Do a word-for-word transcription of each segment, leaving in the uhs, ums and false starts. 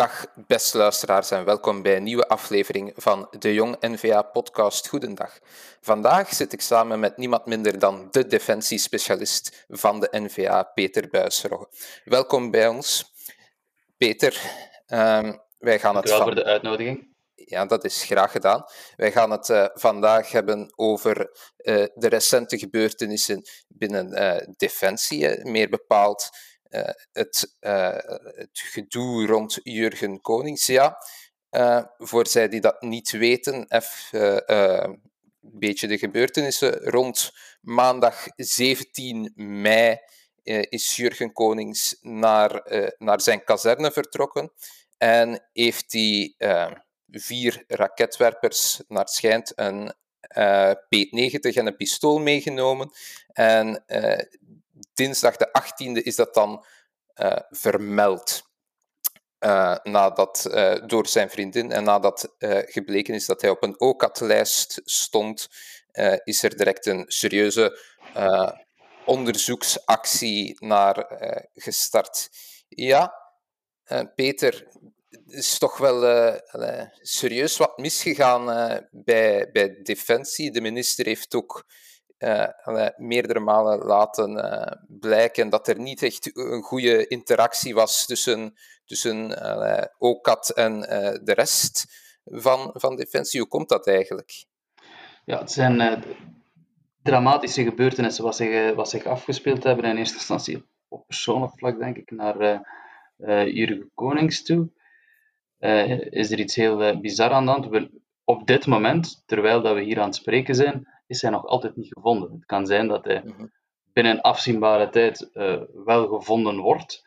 Dag beste luisteraars en welkom bij een nieuwe aflevering van de Jong N V A-podcast Goedendag. Vandaag zit ik samen met niemand minder dan de defensiespecialist van de N V A, Peter Buysrogge. Welkom bij ons. Peter, uh, wij gaan Dank het u wel van... voor de uitnodiging. Ja, dat is graag gedaan. Wij gaan het uh, vandaag hebben over uh, de recente gebeurtenissen binnen uh, Defensie, meer bepaald uh, het, uh, het gedoe rond Jurgen Konings. Ja, uh, voor zij die dat niet weten, even uh, uh, een beetje de gebeurtenissen. Rond maandag zeventien mei uh, is Jurgen Konings naar, uh, naar zijn kazerne vertrokken en heeft hij... Uh, vier raketwerpers, naar het schijnt, een uh, P negentig en een pistool meegenomen. En uh, dinsdag de achttiende is dat dan uh, vermeld. Uh, nadat, uh, door zijn vriendin en nadat uh, gebleken is dat hij op een O C A D-lijst stond, uh, is er direct een serieuze uh, onderzoeksactie naar uh, gestart. Ja, uh, Peter... Er is toch wel uh, uh, serieus wat misgegaan uh, bij, bij Defensie. De minister heeft ook uh, uh, meerdere malen laten uh, blijken dat er niet echt een goede interactie was tussen, tussen uh, O C A D en uh, de rest van, van Defensie. Hoe komt dat eigenlijk? Ja, het zijn uh, dramatische gebeurtenissen wat zich, wat zich afgespeeld hebben. In eerste instantie op persoonlijk vlak, denk ik, naar uh, uh, Jurgen Konings toe. Uh, is er iets heel uh, bizar aan de hand. We, op dit moment, terwijl dat we hier aan het spreken zijn, is hij nog altijd niet gevonden. Het kan zijn dat hij mm-hmm. binnen afzienbare tijd uh, wel gevonden wordt.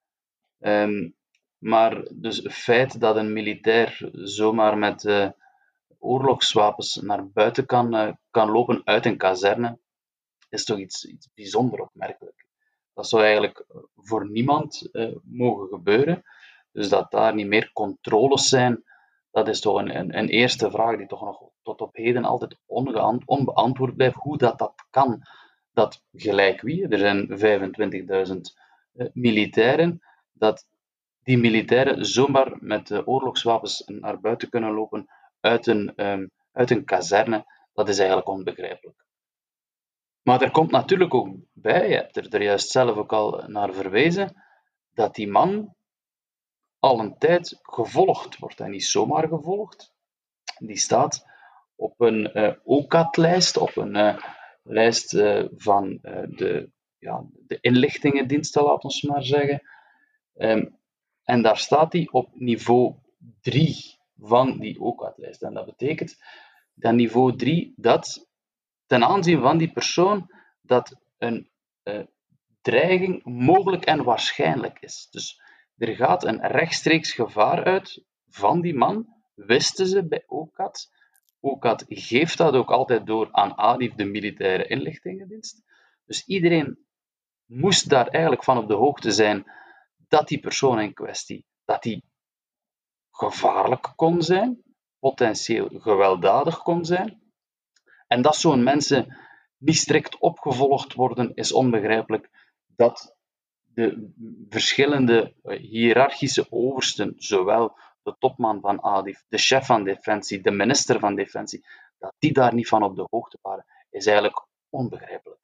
Um, maar dus het feit dat een militair zomaar met uh, oorlogswapens naar buiten kan, uh, kan lopen uit een kazerne, is toch iets, iets bijzonder opmerkelijk. Dat zou eigenlijk voor niemand uh, mogen gebeuren. Dus dat daar niet meer controles zijn, dat is toch een, een, een eerste vraag die toch nog tot op heden altijd ongeant, onbeantwoord blijft. Hoe dat, dat kan, dat gelijk wie, er zijn vijfentwintigduizend uh, militairen, dat die militairen zomaar met uh, oorlogswapens naar buiten kunnen lopen uit een, um, uit een kazerne, dat is eigenlijk onbegrijpelijk. Maar er komt natuurlijk ook bij, je hebt er, er juist zelf ook al naar verwezen, dat die man al een tijd gevolgd wordt. En niet zomaar gevolgd. Die staat op een uh, O C A D-lijst, op een uh, lijst uh, van uh, de, ja, de inlichtingendiensten, laten we maar zeggen. Um, en daar staat hij op niveau drie van die O C A D-lijst. En dat betekent dat niveau drie, dat ten aanzien van die persoon, dat een uh, dreiging mogelijk en waarschijnlijk is. Dus er gaat een rechtstreeks gevaar uit van die man, wisten ze bij O C A D. O C A D geeft dat ook altijd door aan A D I F, de militaire inlichtingendienst. Dus iedereen moest daar eigenlijk van op de hoogte zijn dat die persoon in kwestie, dat die gevaarlijk kon zijn, potentieel gewelddadig kon zijn. En dat zo'n mensen niet strikt opgevolgd worden, is onbegrijpelijk. Dat de verschillende hiërarchische oversten, zowel de topman van A D I F, de chef van Defensie, de minister van Defensie, dat die daar niet van op de hoogte waren, is eigenlijk onbegrijpelijk.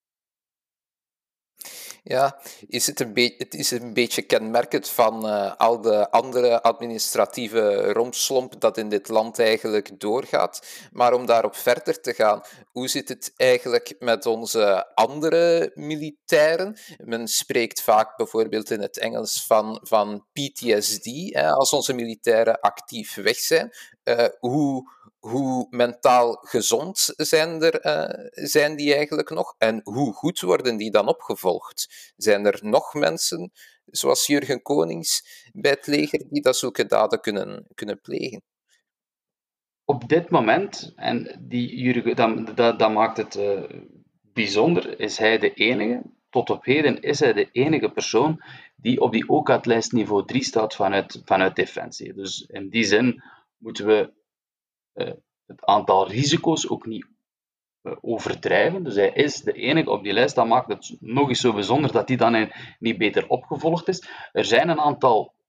Ja, is het, een be- het is een beetje kenmerkend van uh, al de andere administratieve rompslomp dat in dit land eigenlijk doorgaat. Maar om daarop verder te gaan, hoe zit het eigenlijk met onze andere militairen? Men spreekt vaak bijvoorbeeld in het Engels van, van P T S D, hè, als onze militairen actief weg zijn. Uh, hoe... Hoe mentaal gezond zijn, er, uh, zijn die eigenlijk nog? En hoe goed worden die dan opgevolgd? Zijn er nog mensen, zoals Jurgen Konings, bij het leger die dat zulke daden kunnen, kunnen plegen? Op dit moment, en die Jurgen, dat, dat, dat maakt het uh, bijzonder, is hij de enige, tot op heden is hij de enige persoon die op die O C A D-lijst niveau drie staat vanuit, vanuit Defensie. Dus in die zin moeten we Uh, het aantal risico's ook niet uh, overdrijven. Dus hij is de enige op die lijst. Dat maakt het nog eens zo bijzonder dat hij dan niet beter opgevolgd is. Er zijn een aantal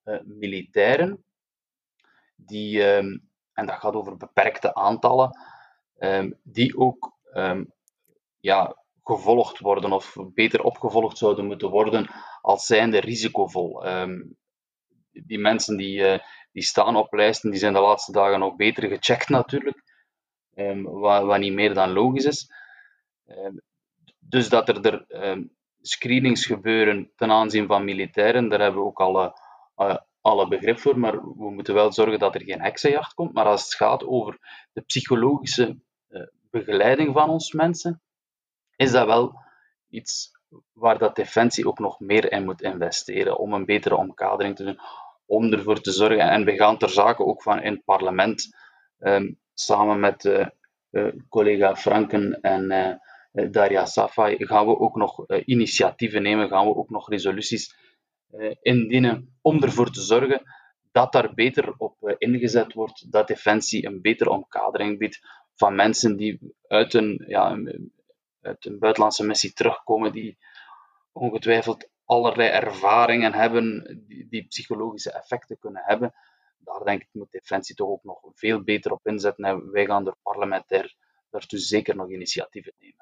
uh, militairen, die, um, en dat gaat over beperkte aantallen, um, die ook um, ja, gevolgd worden of beter opgevolgd zouden moeten worden als zijnde risicovol. Um, die mensen die, uh, die staan op lijsten, die zijn de laatste dagen nog beter gecheckt natuurlijk, um, wat, wat niet meer dan logisch is. Um, dus dat er, er um, screenings gebeuren ten aanzien van militairen, daar hebben we ook alle, uh, alle begrip voor, maar we moeten wel zorgen dat er geen heksenjacht komt. Maar als het gaat over de psychologische uh, begeleiding van ons mensen, is dat wel iets waar dat Defensie ook nog meer in moet investeren, om een betere omkadering te doen, om ervoor te zorgen. En we gaan ter zake ook van in het parlement, um, samen met uh, uh, collega Franken en uh, Daria Safai, gaan we ook nog uh, initiatieven nemen, gaan we ook nog resoluties uh, indienen, om ervoor te zorgen dat daar beter op uh, ingezet wordt, dat Defensie een betere omkadering biedt van mensen die uit een, ja, een uit een buitenlandse missie terugkomen, die ongetwijfeld allerlei ervaringen hebben, die, die psychologische effecten kunnen hebben. Daar denk ik moet Defensie toch ook nog veel beter op inzetten en wij gaan er parlementair daartoe zeker nog initiatieven nemen.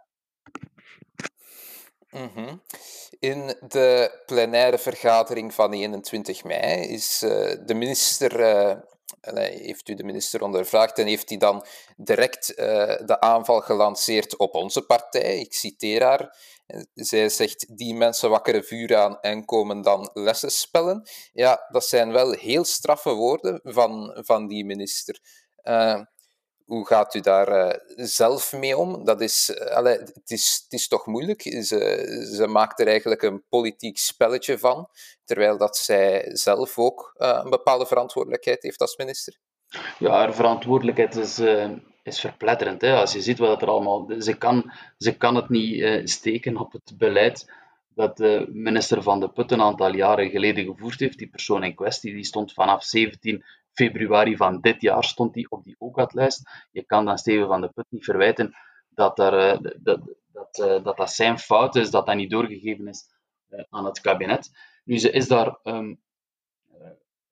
Mm-hmm. In de plenaire vergadering van eenentwintig mei is uh, de minister... Uh... heeft u de minister ondervraagd en heeft hij dan direct uh, de aanval gelanceerd op onze partij. Ik citeer haar. Zij zegt, die mensen wakkeren vuur aan en komen dan lessen spellen. Ja, dat zijn wel heel straffe woorden van, van die minister. Uh, hoe gaat u daar uh, zelf mee om? Dat is, uh, allez, het, is, het is toch moeilijk? Ze, ze maakt er eigenlijk een politiek spelletje van, terwijl dat zij zelf ook uh, een bepaalde verantwoordelijkheid heeft als minister. Ja, haar verantwoordelijkheid is, uh, is verpletterend. Hè? Als je ziet wat er allemaal... Ze kan, ze kan het niet uh, steken op het beleid dat de minister Van de Putten een aantal jaren geleden gevoerd heeft. Die persoon in kwestie die stond vanaf zeventien februari van dit jaar stond die op die O C A D-lijst. Je kan dan Steven Van de Put niet verwijten dat, er, uh, dat, dat, uh, dat dat zijn fout is, dat dat niet doorgegeven is uh, aan het kabinet. Nu, ze is daar... Um, uh,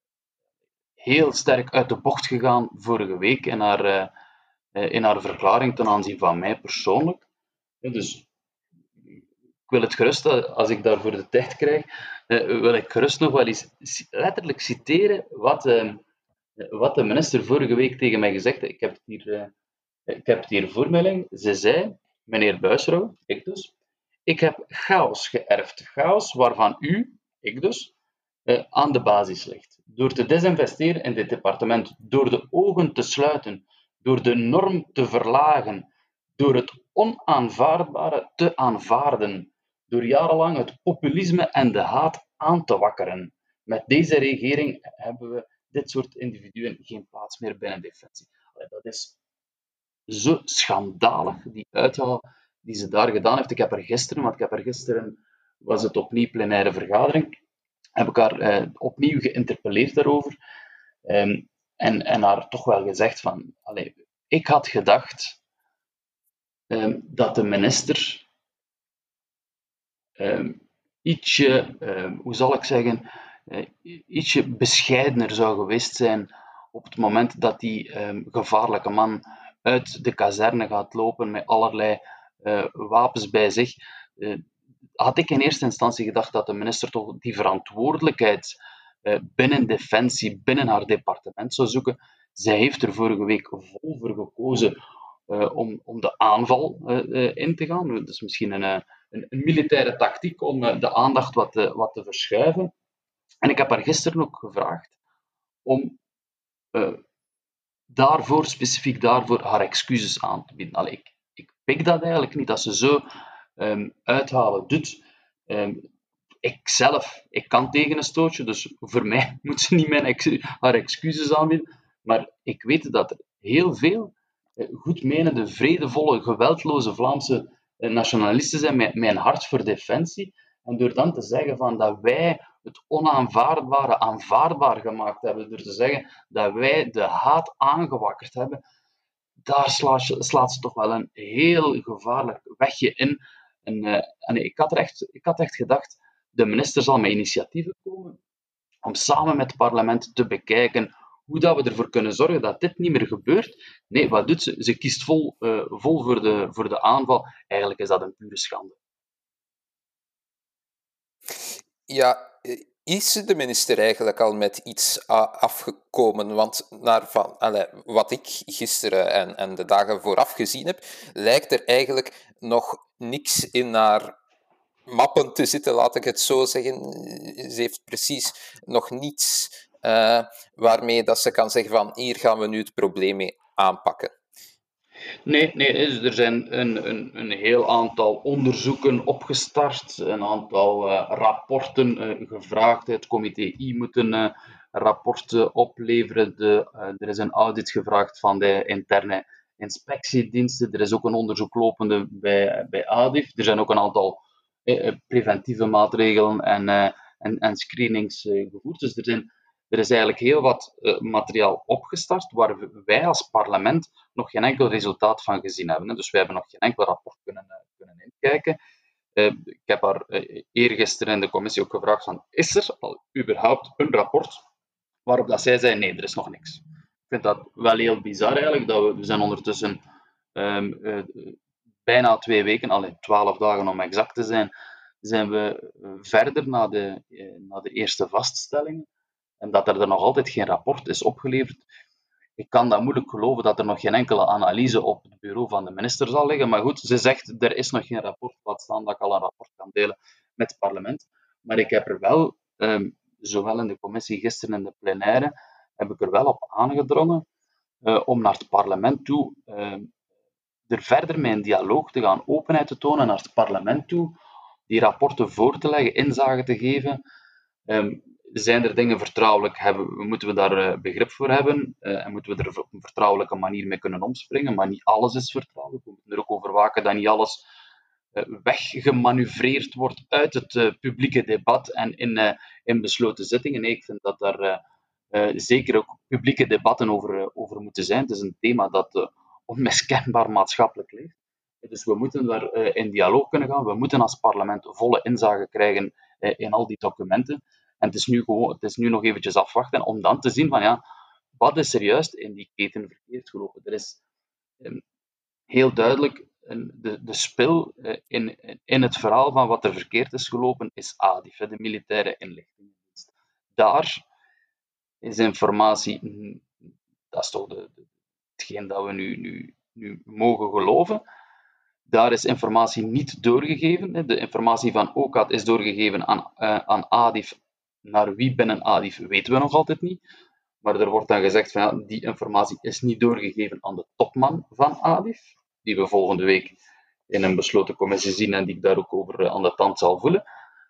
heel sterk uit de bocht gegaan vorige week in haar, uh, in haar verklaring ten aanzien van mij persoonlijk. Dus ik wil het gerust, als ik daarvoor de tijd krijg, uh, wil ik gerust nog wel eens letterlijk citeren wat, uh, wat de minister vorige week tegen mij gezegd heeft. Ik heb het hier, uh, ik heb het hier voor mij liggen. Ze zei, meneer Buisrouw, ik dus, ik heb chaos geërfd. Chaos waarvan u, ik dus, uh, aan de basis ligt. Door te desinvesteren in dit departement, door de ogen te sluiten, door de norm te verlagen, door het onaanvaardbare te aanvaarden, door jarenlang het populisme en de haat aan te wakkeren. Met deze regering hebben we dit soort individuen geen plaats meer binnen Defensie. Allee, dat is zo schandalig, die uithaal die ze daar gedaan heeft. Ik heb er gisteren, want ik heb er gisteren, was het opnieuw plenaire vergadering, heb ik haar uh, opnieuw geïnterpelleerd daarover. Um, en, en haar toch wel gezegd van... Allez, ik had gedacht um, dat de minister um, ietsje, um, hoe zal ik zeggen, uh, ietsje bescheidener zou geweest zijn op het moment dat die um, gevaarlijke man uit de kazerne gaat lopen met allerlei uh, wapens bij zich. Uh, had ik in eerste instantie gedacht dat de minister toch die verantwoordelijkheid uh, binnen Defensie, binnen haar departement zou zoeken. Zij heeft er vorige week vol voor gekozen uh, om, om de aanval uh, uh, in te gaan. Dat is misschien een, uh, een, een militaire tactiek om uh, de aandacht wat te, wat te verschuiven. En ik heb haar gisteren ook gevraagd om uh, daarvoor, specifiek daarvoor, haar excuses aan te bieden. Allee, ik, ik pik dat eigenlijk niet, dat ze zo um, uithalen doet. Um, ik zelf, ik kan tegen een stootje, dus voor mij moet ze niet mijn ex- haar excuses aanbieden. Maar ik weet dat er heel veel uh, goedmenende, vredevolle, geweldloze Vlaamse uh, nationalisten zijn met, met een hart voor defensie. En door dan te zeggen van dat wij het onaanvaardbare aanvaardbaar gemaakt hebben, door te zeggen dat wij de haat aangewakkerd hebben, daar slaat, slaat ze toch wel een heel gevaarlijk wegje in. En, uh, en ik, had echt, ik had echt gedacht, de minister zal met initiatieven komen om samen met het parlement te bekijken hoe dat we ervoor kunnen zorgen dat dit niet meer gebeurt. Nee, wat doet ze? Ze kiest vol, uh, vol voor, de, voor de aanval. Eigenlijk is dat een pure schande. Ja, is de minister eigenlijk al met iets afgekomen? Want naar van, allez, wat ik gisteren en, en de dagen vooraf gezien heb, lijkt er eigenlijk nog niks in haar mappen te zitten, laat ik het zo zeggen. Ze heeft precies nog niets uh, waarmee dat ze kan zeggen van hier gaan we nu het probleem mee aanpakken. Nee, nee, er zijn een, een, een heel aantal onderzoeken opgestart, een aantal uh, rapporten uh, gevraagd. Het comité I moet een uh, rapport opleveren. De, uh, er is een audit gevraagd van de interne inspectiediensten. Er is ook een onderzoek lopende bij, bij ADIF. Er zijn ook een aantal uh, preventieve maatregelen en, uh, en, en screenings uh, gevoerd. Dus er zijn Er is eigenlijk heel wat uh, materiaal opgestart waar wij als parlement nog geen enkel resultaat van gezien hebben. Hè. Dus wij hebben nog geen enkel rapport kunnen, uh, kunnen inkijken. Uh, ik heb haar uh, eergisteren in de commissie ook gevraagd van, is er al überhaupt een rapport? Waarop dat zij zei, nee, er is nog niks. Ik vind dat wel heel bizar eigenlijk, dat we, we zijn ondertussen um, uh, bijna twee weken, alleen twaalf dagen om exact te zijn, zijn we verder naar de, uh, naar de eerste vaststellingen. En dat er, er nog altijd geen rapport is opgeleverd. Ik kan dat moeilijk geloven dat er nog geen enkele analyse op het bureau van de minister zal liggen. Maar goed, ze zegt, er is nog geen rapport. Laat staan dat ik al een rapport kan delen met het parlement. Maar ik heb er wel, um, zowel in de commissie gisteren en in de plenaire, heb ik er wel op aangedrongen uh, om naar het parlement toe uh, er verder met een dialoog te gaan, openheid te tonen naar het parlement toe, die rapporten voor te leggen, inzage te geven. Um, Zijn er dingen vertrouwelijk? Hebben, moeten we daar uh, begrip voor hebben? Uh, en moeten we er op een vertrouwelijke manier mee kunnen omspringen? Maar niet alles is vertrouwelijk. We moeten er ook over waken dat niet alles uh, weggemanoeuvreerd wordt uit het uh, publieke debat en in, uh, in besloten zittingen. Nee, ik vind dat daar uh, uh, zeker ook publieke debatten over, uh, over moeten zijn. Het is een thema dat uh, onmiskenbaar maatschappelijk leeft. Dus we moeten daar uh, in dialoog kunnen gaan. We moeten als parlement volle inzage krijgen uh, in al die documenten. En het is, nu gewoon, het is nu nog eventjes afwachten om dan te zien van ja, wat is er juist in die keten verkeerd gelopen. Er is um, heel duidelijk een, de, de spil uh, in, in het verhaal van wat er verkeerd is gelopen, is ADIF, de militaire inlichtingendienst. Daar is informatie, dat is toch de, de, hetgeen dat we nu, nu, nu mogen geloven. Daar is informatie niet doorgegeven. De informatie van O C A D is doorgegeven aan, uh, aan ADIF. Naar wie binnen ADIF weten we nog altijd niet. Maar er wordt dan gezegd van ja, die informatie is niet doorgegeven aan de topman van ADIF, die we volgende week in een besloten commissie zien en die ik daar ook over aan de tand zal voelen.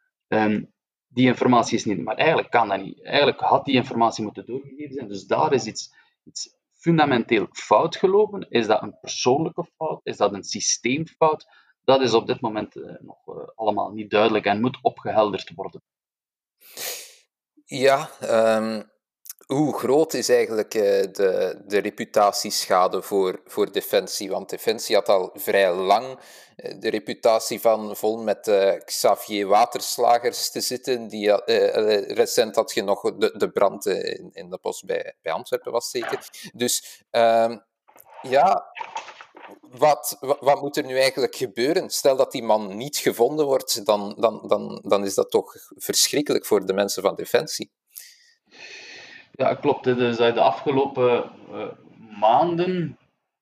Um, die informatie is niet, maar eigenlijk kan dat niet. Eigenlijk had die informatie moeten doorgegeven zijn. Dus daar is iets, iets fundamenteel fout gelopen. Is dat een persoonlijke fout? Is dat een systeemfout? Dat is op dit moment uh, nog uh, allemaal niet duidelijk en moet opgehelderd worden. Ja, um, hoe groot is eigenlijk uh, de, de reputatieschade voor, voor Defensie? Want Defensie had al vrij lang uh, de reputatie van vol met uh, Xavier Waterslagers te zitten. Die, uh, uh, recent had je nog de, de brand in, in de bos bij, bij Antwerpen, was zeker. Dus um, ja... Wat, wat, wat moet er nu eigenlijk gebeuren? Stel dat die man niet gevonden wordt, dan, dan, dan, dan is dat toch verschrikkelijk voor de mensen van Defensie. Ja, klopt. Dus de afgelopen uh, maanden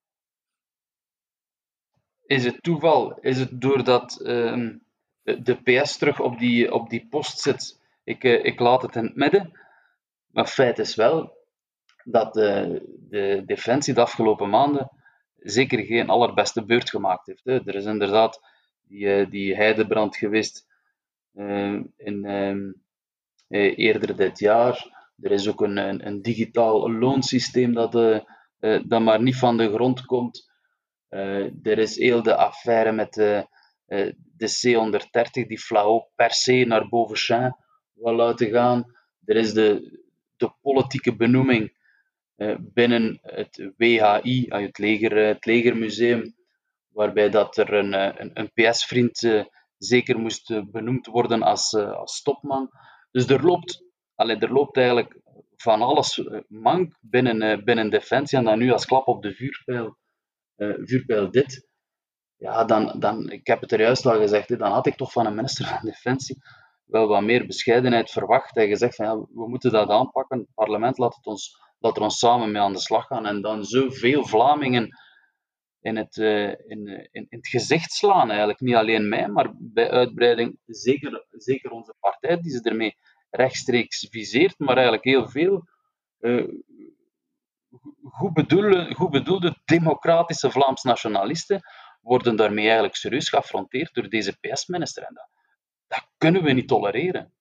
is het toeval, is het doordat uh, de P S terug op die, op die post zit. Ik, uh, ik laat het in het midden. Maar feit is wel dat uh, de Defensie de afgelopen maanden zeker geen allerbeste beurt gemaakt heeft. Hè. Er is inderdaad die, die heidebrand geweest uh, in, uh, uh, eerder dit jaar. Er is ook een, een, een digitaal loonsysteem dat, uh, uh, dat maar niet van de grond komt. Uh, er is heel de affaire met uh, uh, de C honderddertig, die Flao per se naar Beauvechain wil laten gaan. Er is de, de politieke benoeming uh, binnen het W H I, het, leger, het Legermuseum, waarbij dat er een, een, een P S-vriend uh, zeker moest benoemd worden als, uh, als topman. Dus er loopt allee, er loopt eigenlijk van alles mank binnen, uh, binnen Defensie, en dan nu als klap op de vuurpijl, uh, vuurpijl dit, ja, dan, dan, ik heb het er juist al gezegd, hè, dan had ik toch van een minister van Defensie wel wat meer bescheidenheid verwacht en gezegd van ja, we moeten dat aanpakken, het parlement laat, het ons, laat er ons samen mee aan de slag gaan, en dan zoveel Vlamingen in het, uh, in, in, in het gezicht slaan eigenlijk. Niet alleen mij, maar bij uitbreiding zeker, zeker onze partij, die ze ermee rechtstreeks viseert, maar eigenlijk heel veel uh, goed, bedoelde, goed bedoelde democratische Vlaams nationalisten worden daarmee eigenlijk serieus geaffronteerd door deze P S-minister. En dat, dat kunnen we niet tolereren.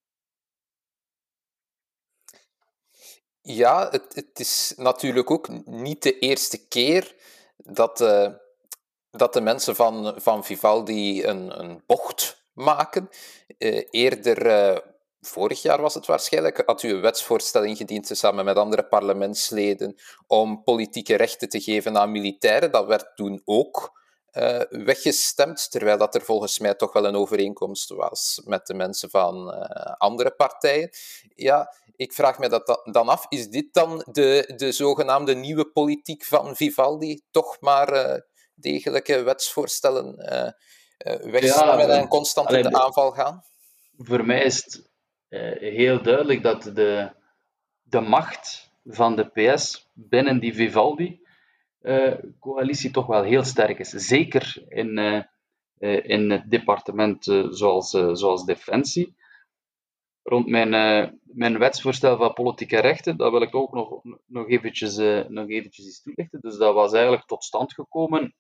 Ja, het, het is natuurlijk ook niet de eerste keer dat, uh, dat de mensen van, van Vivaldi een, een bocht maken. Uh, eerder, uh, vorig jaar was het waarschijnlijk, had u een wetsvoorstel ingediend samen met andere parlementsleden om politieke rechten te geven aan militairen. Dat werd toen ook uh, weggestemd, terwijl dat er volgens mij toch wel een overeenkomst was met de mensen van uh, andere partijen. Ja, ik vraag me dat dan af, is dit dan de, de zogenaamde nieuwe politiek van Vivaldi? Toch maar uh, degelijke wetsvoorstellen uh, uh, wegstemmen ja, en constant allee, in de aanval gaan? Voor mij is het uh, heel duidelijk dat de, de macht van de P S binnen die Vivaldi-coalitie uh, toch wel heel sterk is. Zeker in, uh, uh, in het departement uh, zoals, uh, zoals Defensie. Rond mijn, uh, mijn wetsvoorstel van politieke rechten, dat wil ik ook nog, nog, eventjes, uh, nog eventjes eens toelichten. Dus dat was eigenlijk tot stand gekomen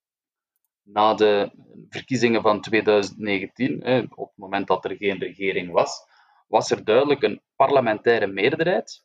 na de verkiezingen van twintig negentien. Eh, op het moment dat er geen regering was, was er duidelijk een parlementaire meerderheid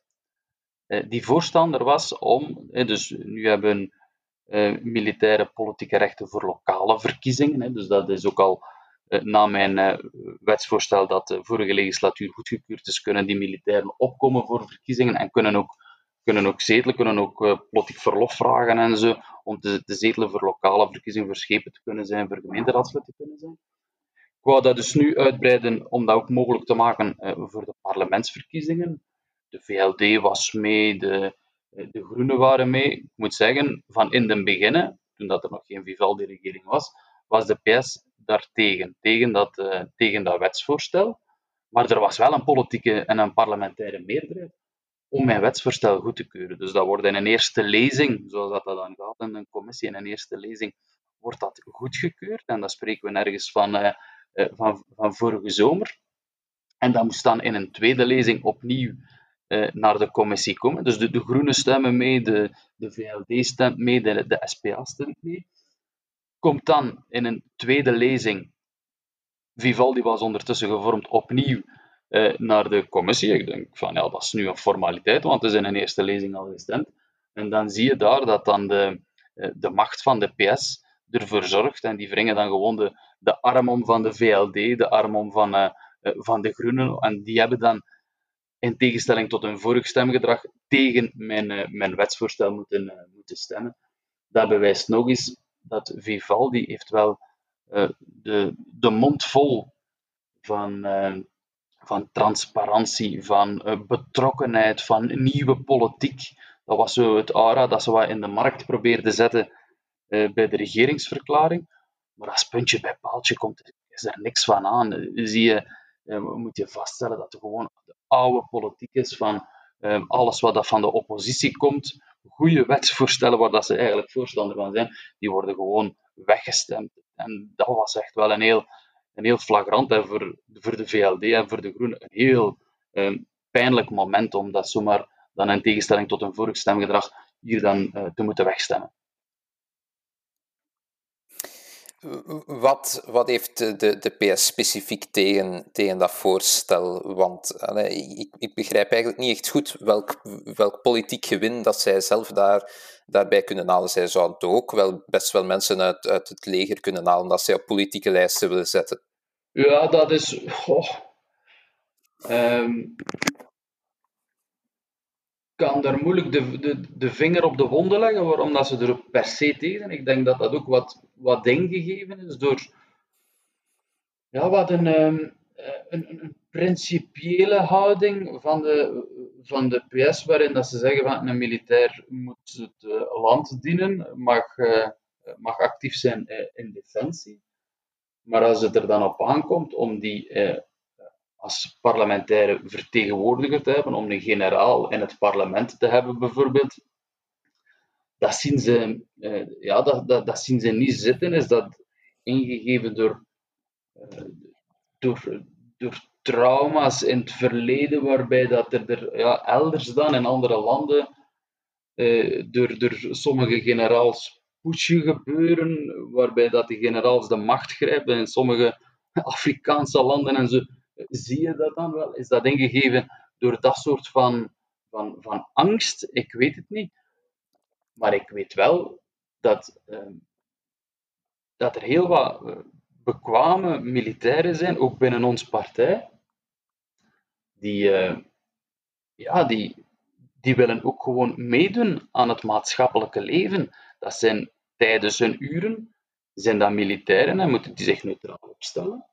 eh, die voorstander was om... Eh, dus nu hebben we uh, militaire politieke rechten voor lokale verkiezingen. Eh, dus dat is ook al... na mijn uh, wetsvoorstel dat de vorige legislatuur goedgekeurd is, kunnen die militairen opkomen voor verkiezingen en kunnen ook, kunnen ook zetelen, kunnen ook uh, politiek verlof vragen en zo, om te, te zetelen voor lokale verkiezingen, voor schepen te kunnen zijn, voor gemeenteraadslid te kunnen zijn. Ik wou dat dus nu uitbreiden om dat ook mogelijk te maken uh, voor de parlementsverkiezingen. De V L D was mee, de, de Groenen waren mee. Ik moet zeggen, van in den beginnen, toen dat er nog geen Vivaldi-regering was, was de P S daartegen, tegen dat, uh, tegen dat wetsvoorstel. Maar er was wel een politieke en een parlementaire meerderheid om mijn wetsvoorstel goed te keuren. Dus dat wordt in een eerste lezing, zoals dat, dat dan gaat in een commissie, in een eerste lezing wordt dat goedgekeurd. En dan spreken we nergens van, uh, uh, van, van vorige zomer. En dat moest dan in een tweede lezing opnieuw uh, naar de commissie komen. Dus de, de Groenen stemmen mee, de, de V L D stemt mee, de, de S P A stemt mee. Komt dan in een tweede lezing, Vivaldi was ondertussen gevormd, opnieuw uh, naar de commissie. Ik denk van, ja, dat is nu een formaliteit, want het is in een eerste lezing al gestemd. En dan zie je daar dat dan de, uh, de macht van de P S ervoor zorgt, en die wringen dan gewoon de, de arm om van de V L D, de arm om van, uh, uh, van de Groenen, en die hebben dan, in tegenstelling tot hun vorig stemgedrag, tegen mijn, uh, mijn wetsvoorstel moeten, uh, moeten stemmen. Dat bewijst nog eens dat Vivaldi heeft wel uh, de, de mond vol van, uh, van transparantie, van uh, betrokkenheid, van nieuwe politiek. Dat was zo het aura dat ze wat in de markt probeerde te zetten uh, bij de regeringsverklaring. Maar als puntje bij paaltje komt, is er niks van aan. Zie je, uh, moet je vaststellen dat er gewoon de oude politiek is van uh, alles wat dat van de oppositie komt, goede wetsvoorstellen waar dat ze eigenlijk voorstander van zijn, die worden gewoon weggestemd. En dat was echt wel een heel, een heel flagrant, en voor, voor de V L D en voor de Groenen een heel um, pijnlijk moment om dat zomaar dan in tegenstelling tot een vorig stemgedrag hier dan uh, te moeten wegstemmen. Wat, wat heeft de, de P S specifiek tegen, tegen dat voorstel? Want allee, ik, ik begrijp eigenlijk niet echt goed welk, welk politiek gewin dat zij zelf daar, daarbij kunnen halen. Zij zouden toch ook wel best wel mensen uit, uit het leger kunnen halen dat zij op politieke lijsten willen zetten. Ja, dat is... Oh. Um, ik kan daar moeilijk de, de, de vinger op de wonden leggen waarom dat ze er per se tegen zijn. Ik denk dat dat ook wat, wat ingegeven is door... Ja, wat een, um, een, een principiële houding van de, van de P S, waarin dat ze zeggen van een militair moet het uh, land dienen, mag, uh, mag actief zijn uh, in defensie. Maar als het er dan op aankomt om die uh, als parlementaire vertegenwoordiger te hebben, om een generaal in het parlement te hebben bijvoorbeeld, dat zien ze, uh, ja, dat, dat, dat zien ze niet zitten. Is dat ingegeven door, uh, door, door trauma's in het verleden, waarbij dat er, er ja, elders dan in andere landen uh, door, door sommige generaals putschen gebeuren, waarbij dat de generaals de macht grijpen in sommige Afrikaanse landen en zo. Zie je dat dan wel? Is dat ingegeven door dat soort van, van, van angst? Ik weet het niet. Maar ik weet wel dat, uh, dat er heel wat uh, bekwame militairen zijn, ook binnen onze partij, die, uh, ja, die, die willen ook gewoon meedoen aan het maatschappelijke leven. Dat zijn tijdens hun uren, zijn dat militairen en moeten die zich neutraal opstellen.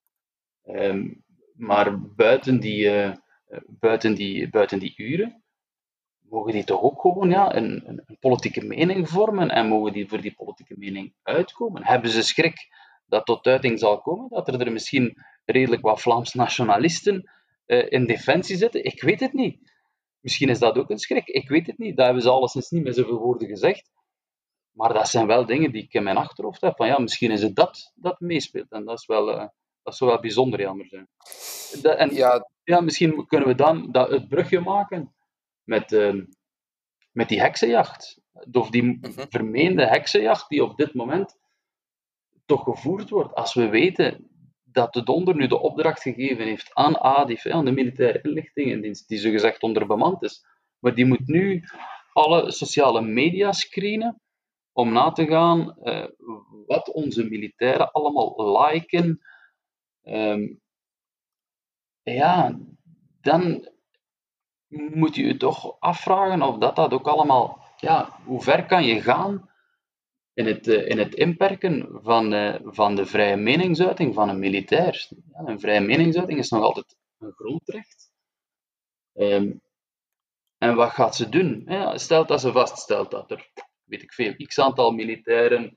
Um, maar buiten die, uh, buiten, die, buiten die uren mogen die toch ook gewoon ja, een, een, een politieke mening vormen en mogen die voor die politieke mening uitkomen. Hebben ze schrik dat tot uiting zal komen, dat er, er misschien redelijk wat Vlaams nationalisten uh, in defensie zitten? Ik weet het niet. Misschien is dat ook een schrik, ik weet het niet. Dat hebben ze alleszins niet met zoveel woorden gezegd. Maar dat zijn wel dingen die ik in mijn achterhoofd heb. Van ja, misschien is het dat dat meespeelt. En dat is wel, uh, dat zou wel bijzonder jammer zijn. Dat, en ja. ja, misschien kunnen we dan dat, het brugje maken met, uh, met die heksenjacht. Of die uh-huh. vermeende heksenjacht die op dit moment toch gevoerd wordt. Als we weten dat de Donder nu de opdracht gegeven heeft aan A D I F, aan de militaire inlichtingendienst, die zogezegd onderbemand is, maar die moet nu alle sociale media screenen om na te gaan uh, wat onze militairen allemaal liken. Um, ja, dan moet je je toch afvragen of dat, dat ook allemaal... Ja, hoe ver kan je gaan in het, uh, in het inperken van, uh, van de vrije meningsuiting van een militair? Ja, een vrije meningsuiting is nog altijd een grondrecht. Um, en wat gaat ze doen? Ja, stel dat ze vaststelt dat er, weet ik veel, x aantal militairen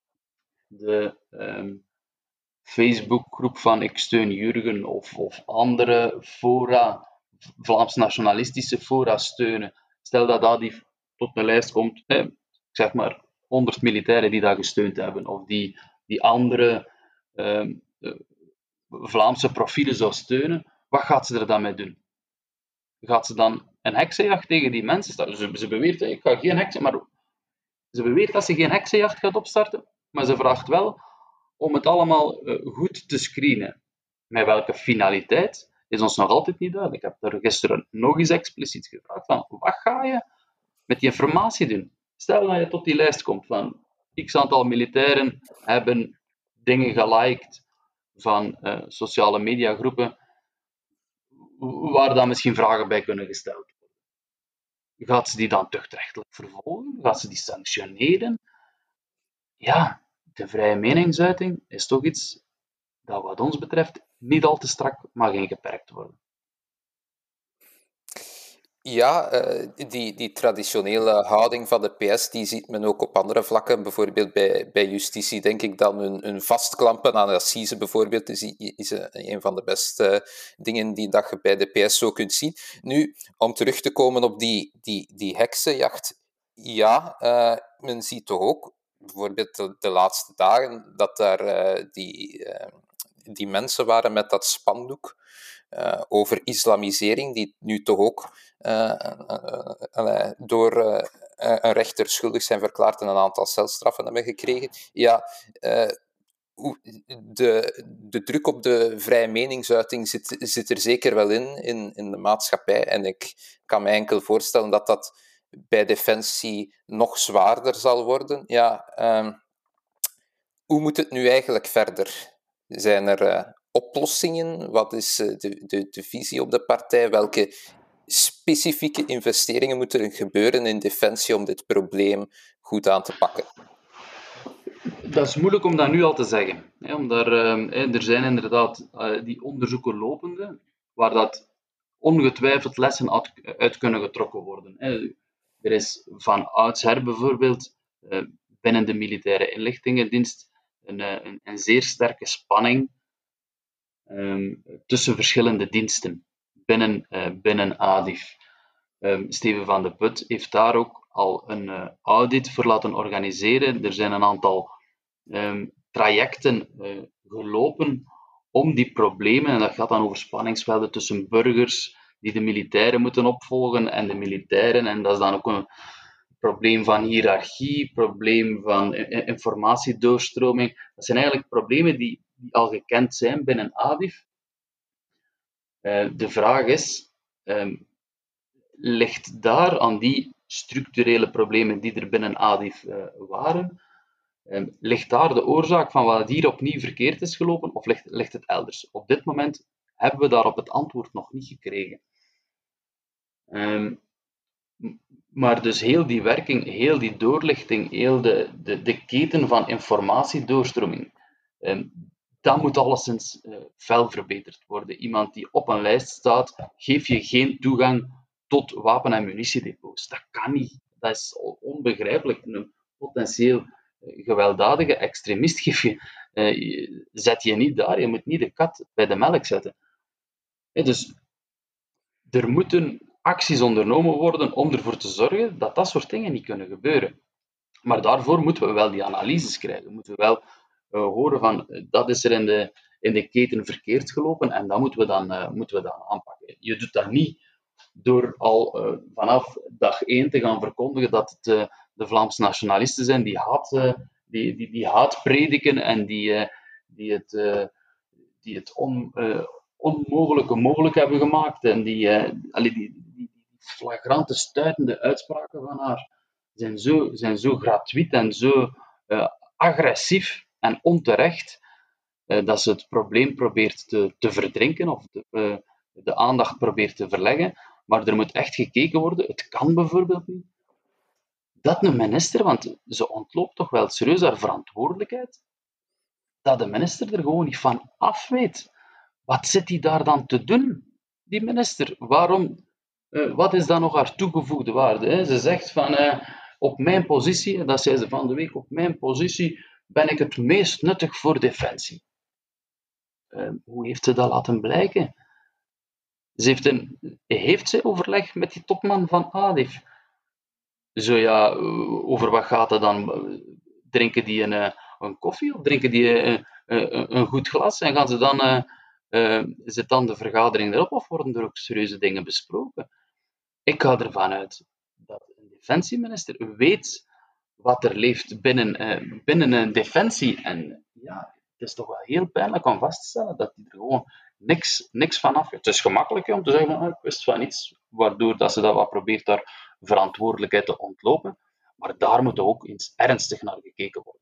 de um, Facebookgroep van Ik Steun Jurgen of, of andere fora, Vlaams-nationalistische fora steunen. Stel dat dat die tot een lijst komt, eh, ik zeg maar honderd militairen die dat gesteund hebben, of die, die andere um, uh, Vlaamse profielen zou steunen, wat gaat ze er dan mee doen? Gaat ze dan een heksenjacht tegen die mensen starten? Ze, ze beweert, ik ga geen heksen, maar ze beweert dat ze geen heksenjacht gaat opstarten, maar ze vraagt wel om het allemaal uh, goed te screenen. Met welke finaliteit is ons nog altijd niet duidelijk. Ik heb er gisteren nog eens expliciet gevraagd van, wat ga je met die informatie doen? Stel dat je tot die lijst komt van x aantal militairen hebben dingen geliked van uh, sociale mediagroepen waar dan misschien vragen bij kunnen gesteld worden. Gaat ze die dan tuchtrechtelijk vervolgen? Gaat ze die sanctioneren? Ja, de vrije meningsuiting is toch iets dat wat ons betreft niet al te strak mag ingeperkt worden. Ja, uh, die, die traditionele houding van de P S, die ziet men ook op andere vlakken. Bijvoorbeeld bij, bij justitie denk ik dan hun, hun vastklampen aan assise bijvoorbeeld is, is een van de beste dingen die dat je bij de P S zo kunt zien. Nu, om terug te komen op die, die, die heksenjacht, ja, uh, men ziet toch ook, bijvoorbeeld de, de laatste dagen, dat daar uh, die, uh, die mensen waren met dat spandoek uh, over islamisering, die nu toch ook Uh, uh, uh, door uh, een rechter schuldig zijn verklaard en een aantal celstraffen hebben gekregen. Ja, uh, de, de druk op de vrije meningsuiting zit, zit er zeker wel in, in, in de maatschappij. En ik kan me enkel voorstellen dat dat bij Defensie nog zwaarder zal worden. Ja, uh, hoe moet het nu eigenlijk verder? Zijn er uh, oplossingen? Wat is uh, de, de, de visie op de partij? Welke specifieke investeringen moeten er gebeuren in Defensie om dit probleem goed aan te pakken? Dat is moeilijk om dat nu al te zeggen. Hè, omdat er, uh, er zijn inderdaad uh, die onderzoeken lopende. waar dat ongetwijfeld lessen uit, uit kunnen getrokken worden. Hè. Er is van oudsher bijvoorbeeld uh, binnen de militaire inlichtingendienst een, een, een zeer sterke spanning um, tussen verschillende diensten binnen, uh, binnen A D I F. Um, Steven van de Put heeft daar ook al een uh, audit voor laten organiseren. Er zijn een aantal um, trajecten uh, gelopen om die problemen, en dat gaat dan over spanningsvelden tussen burgers die de militairen moeten opvolgen en de militairen, en dat is dan ook een probleem van hiërarchie, probleem van informatiedoorstroming. Dat zijn eigenlijk problemen die, die al gekend zijn binnen A D I F. Uh, de vraag is, um, ligt daar aan die structurele problemen die er binnen A D I F uh, waren, um, ligt daar de oorzaak van wat hier opnieuw verkeerd is gelopen, of ligt, ligt het elders? Op dit moment hebben we daarop het antwoord nog niet gekregen. Um, maar dus heel die werking, heel die doorlichting, heel de, de, de keten van informatiedoorstroming, um, dat moet alleszins uh, fel verbeterd worden. Iemand die op een lijst staat, geef je geen toegang tot wapen- en munitiedepots. Dat kan niet. Dat is onbegrijpelijk. Een potentieel gewelddadige extremist geef je, uh, zet je niet daar. Je moet niet de kat bij de melk zetten. Ja, dus er moeten acties ondernomen worden om ervoor te zorgen dat dat soort dingen niet kunnen gebeuren. Maar daarvoor moeten we wel die analyses krijgen. Moeten we wel uh, horen van, uh, dat is er in de, in de keten verkeerd gelopen en dat moeten we dan, uh, moeten we dan aanpakken. Je doet dat niet door al uh, vanaf dag één te gaan verkondigen dat het uh, de Vlaamse nationalisten zijn die haat, uh, die, die, die haat prediken en die, uh, die het, uh, die het on, uh, onmogelijke mogelijk hebben gemaakt en die, uh, allee, die, die, die flagrante, stuitende uitspraken van haar zijn zo, zijn zo gratuit en zo uh, agressief en onterecht uh, dat ze het probleem probeert te, te verdrinken of de, uh, de aandacht probeert te verleggen. Maar er moet echt gekeken worden. Het kan bijvoorbeeld niet dat een minister, want ze ontloopt toch wel serieus haar verantwoordelijkheid, dat de minister er gewoon niet van af weet. Wat zit hij daar dan te doen, die minister? Waarom, uh, wat is dan nog haar toegevoegde waarde? Hè? Ze zegt van, uh, op mijn positie, dat zei ze van de week, op mijn positie ben ik het meest nuttig voor defensie. Uh, hoe heeft ze dat laten blijken? Ze heeft, een, heeft zij overleg met die topman van A D I F? Zo ja, over wat gaat het dan? Drinken die een, een koffie of drinken die een, een, een goed glas? En gaan ze dan, uh, uh, zit dan de vergadering erop of worden er ook serieuze dingen besproken? Ik ga ervan uit dat een defensieminister weet wat er leeft binnen, uh, binnen een defensie. En ja, het is toch wel heel pijnlijk om vast te stellen dat hij er gewoon niks, niks van af weet. Het is gemakkelijk om te zeggen, oh, ik wist van iets, waardoor dat ze dat wat probeert daar verantwoordelijkheid te ontlopen. Maar daar moet ook eens ernstig naar gekeken worden.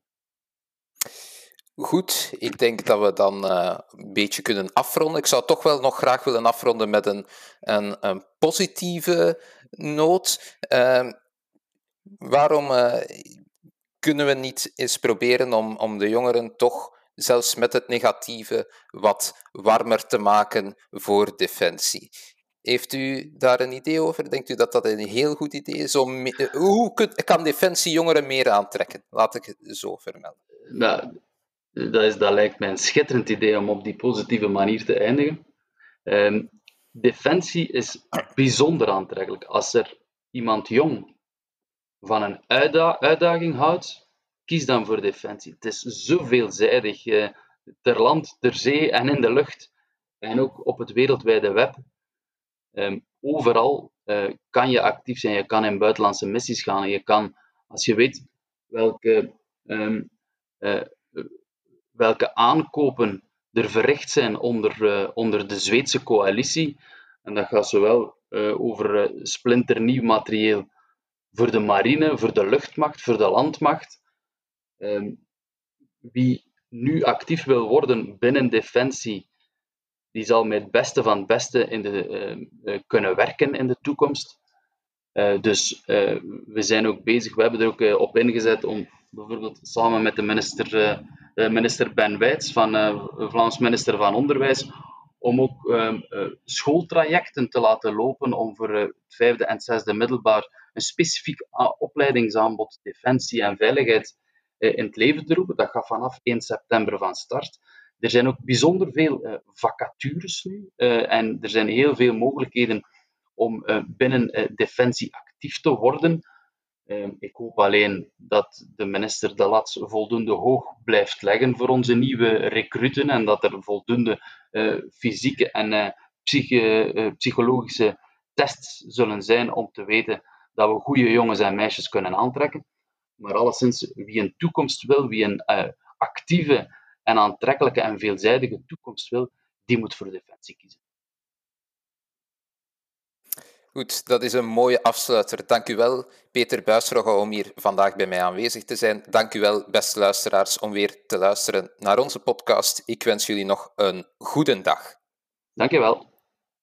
Goed, ik denk dat we dan uh, een beetje kunnen afronden. Ik zou toch wel nog graag willen afronden met een, een, een positieve noot. Uh, waarom uh, kunnen we niet eens proberen om, om de jongeren toch, zelfs met het negatieve, wat warmer te maken voor defensie? Heeft u daar een idee over? Denkt u dat dat een heel goed idee is? Om me- Hoe kan defensie jongeren meer aantrekken? Laat ik het zo vermelden. Nou, dat, is, dat lijkt mij een schitterend idee om op die positieve manier te eindigen. Um, defensie is bijzonder aantrekkelijk. Als er iemand jong van een uitda- uitdaging houdt, kies dan voor defensie. Het is zo veelzijdig, uh, ter land, ter zee en in de lucht. En ook op het wereldwijde web. Um, overal uh, kan je actief zijn. Je kan in buitenlandse missies gaan. En je kan, als je weet welke, um, uh, welke aankopen er verricht zijn onder, uh, onder de Zweedse coalitie, en dat gaat zowel uh, over uh, splinternieuw materieel voor de marine, voor de luchtmacht, voor de landmacht. Um, wie nu actief wil worden binnen defensie, die zal met het beste van het beste in de, uh, uh, kunnen werken in de toekomst. Uh, dus uh, we zijn ook bezig, we hebben er ook uh, op ingezet om bijvoorbeeld samen met de minister, uh, uh, minister Ben Wijts, van uh, Vlaams minister van Onderwijs, om ook um, uh, schooltrajecten te laten lopen om voor uh, het vijfde en zesde middelbaar een specifiek opleidingsaanbod defensie en veiligheid uh, in het leven te roepen. Dat gaat vanaf één september van start. Er zijn ook bijzonder veel uh, vacatures nu uh, en er zijn heel veel mogelijkheden om uh, binnen uh, defensie actief te worden. Uh, ik hoop alleen dat de minister de lat voldoende hoog blijft leggen voor onze nieuwe recruten en dat er voldoende uh, fysieke en uh, psyche, uh, psychologische tests zullen zijn om te weten dat we goede jongens en meisjes kunnen aantrekken. Maar alleszins, wie een toekomst wil, wie een uh, actieve en aantrekkelijke en veelzijdige toekomst wil, die moet voor defensie kiezen. Goed, dat is een mooie afsluiter. Dank u wel, Peter Buisrogge, om hier vandaag bij mij aanwezig te zijn. Dank u wel, beste luisteraars, om weer te luisteren naar onze podcast. Ik wens jullie nog een goede dag. Dank je wel.